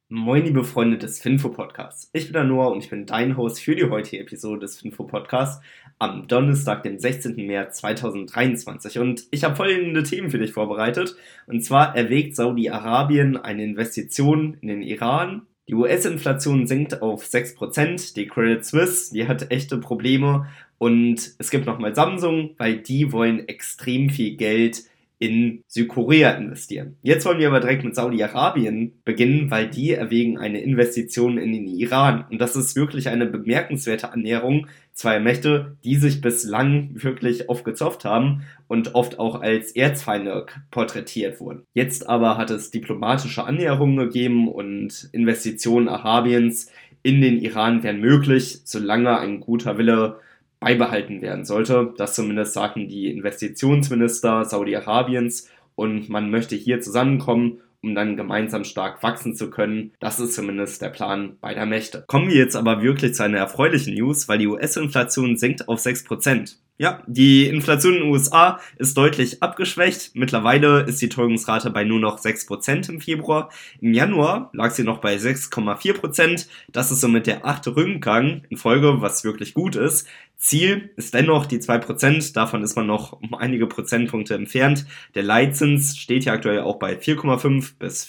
Moin, liebe Freunde des Finfo-Podcasts. Ich bin der Noah und ich bin dein Host für die heutige Episode des Finfo-Podcasts am Donnerstag, dem 16. März 2023. Und ich habe folgende Themen für dich vorbereitet. Und zwar erwägt Saudi-Arabien eine Investition in den Iran. Die US-Inflation sinkt auf 6%. Die Credit Suisse, die hat echte Probleme. Und es gibt nochmal Samsung, weil die wollen extrem viel Geld in Südkorea investieren. Jetzt wollen wir aber direkt mit Saudi-Arabien beginnen, weil die erwägen eine Investition in den Iran. Und das ist wirklich eine bemerkenswerte Annäherung zweier Mächte, die sich bislang wirklich oft gezofft haben und oft auch als Erzfeinde porträtiert wurden. Jetzt aber hat es diplomatische Annäherungen gegeben und Investitionen Arabiens in den Iran wären möglich, solange ein guter Wille beibehalten werden sollte. Das zumindest sagten die Investitionsminister Saudi-Arabiens und man möchte hier zusammenkommen, um dann gemeinsam stark wachsen zu können. Das ist zumindest der Plan beider Mächte. Kommen wir jetzt aber wirklich zu einer erfreulichen News, weil die US-Inflation sinkt auf 6%. Ja, die Inflation in den USA ist deutlich abgeschwächt. Mittlerweile ist die Teuerungsrate bei nur noch 6% im Februar. Im Januar lag sie noch bei 6,4%. Das ist somit der 8. Rückgang in Folge, was wirklich gut ist. Ziel ist dennoch die 2%, davon ist man noch um einige Prozentpunkte entfernt. Der Leitzins steht ja aktuell auch bei 4,5 bis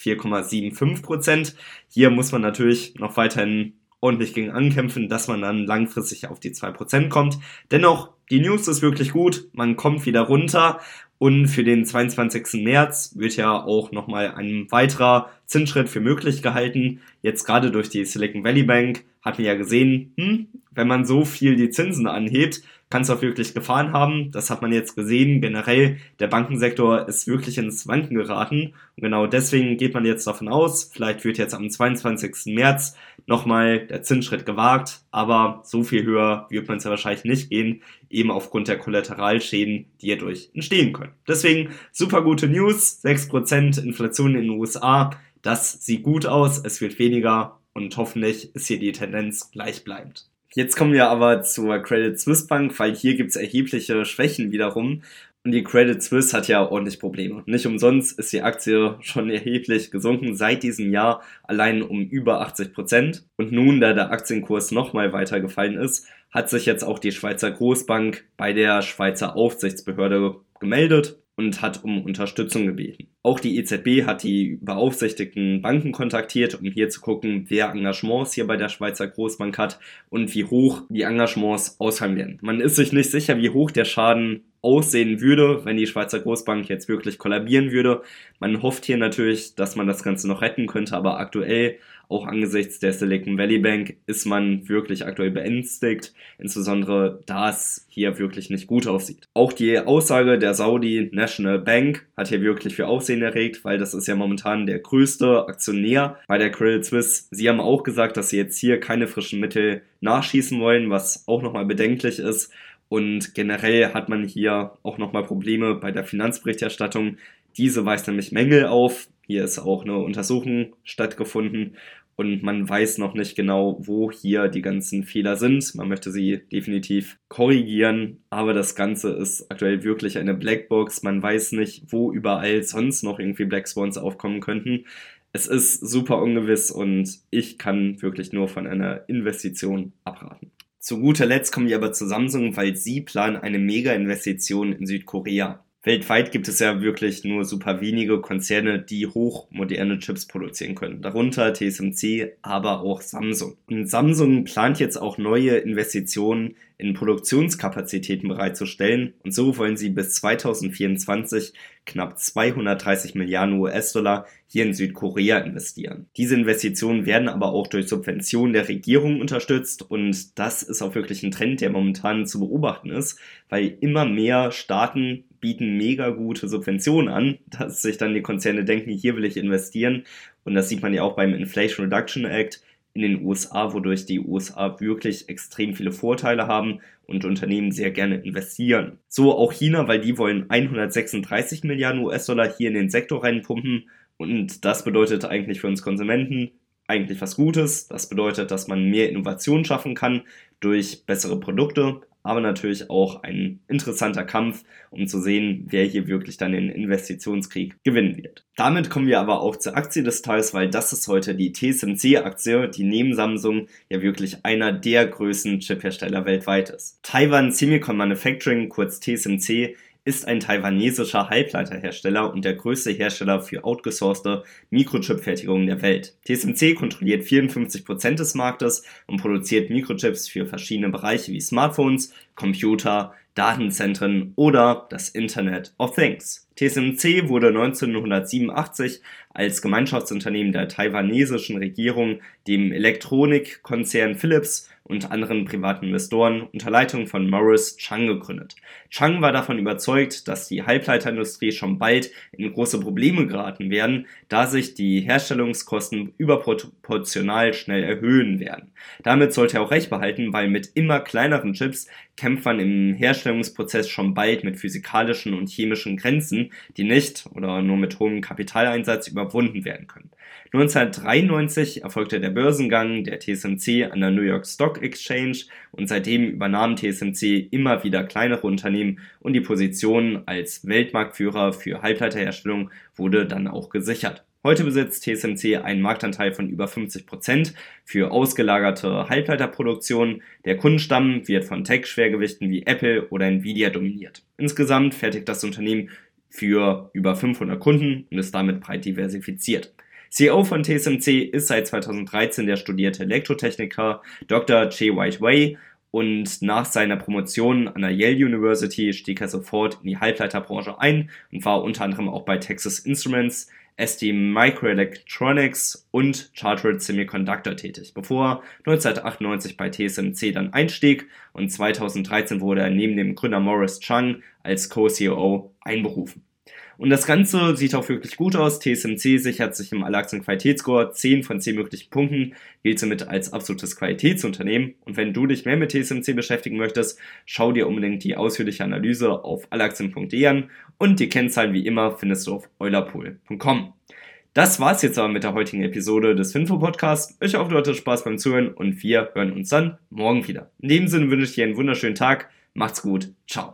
4,75%. Hier muss man natürlich noch weiterhin ordentlich gegen ankämpfen, dass man dann langfristig auf die 2% kommt. Dennoch, die News ist wirklich gut, man kommt wieder runter und für den 22. März wird ja auch nochmal ein weiterer Zinsschritt für möglich gehalten. Jetzt gerade durch die Silicon Valley Bank hat man ja gesehen, wenn man so viel die Zinsen anhebt, kann es auch wirklich Gefahren haben. Das hat man jetzt gesehen. Generell, der Bankensektor ist wirklich ins Wanken geraten. Und genau deswegen geht man jetzt davon aus, vielleicht wird jetzt am 22. März nochmal der Zinsschritt gewagt. Aber so viel höher wird man es ja wahrscheinlich nicht gehen, eben aufgrund der Kollateralschäden, die hierdurch entstehen können. Deswegen super gute News, 6% Inflation in den USA. Das sieht gut aus, es wird weniger und hoffentlich ist hier die Tendenz gleichbleibend. Jetzt kommen wir aber zur Credit Suisse Bank, weil hier gibt es erhebliche Schwächen wiederum. Und die Credit Suisse hat ja ordentlich Probleme. Nicht umsonst ist die Aktie schon erheblich gesunken seit diesem Jahr, allein um über 80%. Und nun, da der Aktienkurs nochmal weiter gefallen ist, hat sich jetzt auch die Schweizer Großbank bei der Schweizer Aufsichtsbehörde gemeldet und hat um Unterstützung gebeten. Auch die EZB hat die beaufsichtigten Banken kontaktiert, um hier zu gucken, wer Engagements hier bei der Schweizer Großbank hat und wie hoch die Engagements ausfallen werden. Man ist sich nicht sicher, wie hoch der Schaden aussehen würde, wenn die Schweizer Großbank jetzt wirklich kollabieren würde. Man hofft hier natürlich, dass man das Ganze noch retten könnte, aber aktuell, auch angesichts der Silicon Valley Bank, ist man wirklich aktuell beängstigt, insbesondere da es hier wirklich nicht gut aussieht. Auch die Aussage der Saudi National Bank hat hier wirklich für Aufsehen erregt, weil das ist ja momentan der größte Aktionär bei der Credit Suisse. Sie haben auch gesagt, dass sie jetzt hier keine frischen Mittel nachschießen wollen, was auch nochmal bedenklich ist. Und generell hat man hier auch nochmal Probleme bei der Finanzberichterstattung. Diese weist nämlich Mängel auf. Hier ist auch eine Untersuchung stattgefunden und man weiß noch nicht genau, wo hier die ganzen Fehler sind. Man möchte sie definitiv korrigieren, aber das Ganze ist aktuell wirklich eine Blackbox. Man weiß nicht, wo überall sonst noch irgendwie Black Swans aufkommen könnten. Es ist super ungewiss und ich kann wirklich nur von einer Investition abraten. Zu guter Letzt kommen wir aber zu Samsung, weil sie planen eine Mega-Investition in Südkorea. Weltweit gibt es ja wirklich nur super wenige Konzerne, die hochmoderne Chips produzieren können. Darunter TSMC, aber auch Samsung. Und Samsung plant jetzt auch neue Investitionen in Produktionskapazitäten bereitzustellen. Und so wollen sie bis 2024 knapp 230 Milliarden US-Dollar hier in Südkorea investieren. Diese Investitionen werden aber auch durch Subventionen der Regierung unterstützt. Und das ist auch wirklich ein Trend, der momentan zu beobachten ist, weil immer mehr Staaten bieten mega gute Subventionen an, dass sich dann die Konzerne denken, hier will ich investieren. Und das sieht man ja auch beim Inflation Reduction Act in den USA, wodurch die USA wirklich extrem viele Vorteile haben und Unternehmen sehr gerne investieren. So auch China, weil die wollen 136 Milliarden US-Dollar hier in den Sektor reinpumpen. Und das bedeutet eigentlich für uns Konsumenten eigentlich was Gutes. Das bedeutet, dass man mehr Innovation schaffen kann durch bessere Produkte, aber natürlich auch ein interessanter Kampf, um zu sehen, wer hier wirklich dann den Investitionskrieg gewinnen wird. Damit kommen wir aber auch zur Aktie des Tages, weil das ist heute die TSMC-Aktie, die neben Samsung ja wirklich einer der größten Chiphersteller weltweit ist. Taiwan Semicon Manufacturing, kurz TSMC, ist ein taiwanesischer Halbleiterhersteller und der größte Hersteller für outgesourcete Mikrochip-Fertigungen der Welt. TSMC kontrolliert 54% des Marktes und produziert Mikrochips für verschiedene Bereiche wie Smartphones, Computer, Datenzentren oder das Internet of Things. TSMC wurde 1987 als Gemeinschaftsunternehmen der taiwanesischen Regierung, dem Elektronikkonzern Philips und anderen privaten Investoren unter Leitung von Morris Chang gegründet. Chang war davon überzeugt, dass die Halbleiterindustrie schon bald in große Probleme geraten werden, da sich die Herstellungskosten überproportional schnell erhöhen werden. Damit sollte er auch recht behalten, weil mit immer kleineren Chips kämpft man im Herstellungsprozess schon bald mit physikalischen und chemischen Grenzen, die nicht oder nur mit hohem Kapitaleinsatz überwunden werden können. 1993 erfolgte der Börsengang der TSMC an der New York Stock Exchange und seitdem übernahm TSMC immer wieder kleinere Unternehmen und die Position als Weltmarktführer für Halbleiterherstellung wurde dann auch gesichert. Heute besitzt TSMC einen Marktanteil von über 50% für ausgelagerte Halbleiterproduktion. Der Kundenstamm wird von Tech-Schwergewichten wie Apple oder Nvidia dominiert. Insgesamt fertigt das Unternehmen für über 500 Kunden und ist damit breit diversifiziert. CEO von TSMC ist seit 2013 der studierte Elektrotechniker Dr. Che White-Wei und nach seiner Promotion an der Yale University stieg er sofort in die Halbleiterbranche ein und war unter anderem auch bei Texas Instruments, ST Microelectronics und Chartered Semiconductor tätig, bevor er 1998 bei TSMC dann einstieg und 2013 wurde er neben dem Gründer Morris Chang als Co-CEO einberufen. Und das Ganze sieht auch wirklich gut aus. TSMC sichert sich im Alle-Aktien-Qualitätsscore 10 von 10 möglichen Punkten, gilt somit als absolutes Qualitätsunternehmen. Und wenn du dich mehr mit TSMC beschäftigen möchtest, schau dir unbedingt die ausführliche Analyse auf alleaktien.de an und die Kennzahlen wie immer findest du auf eulerpool.com. Das war's jetzt aber mit der heutigen Episode des Finfo-Podcasts. Ich hoffe, du hattest Spaß beim Zuhören und wir hören uns dann morgen wieder. In dem Sinne wünsche ich dir einen wunderschönen Tag. Macht's gut. Ciao.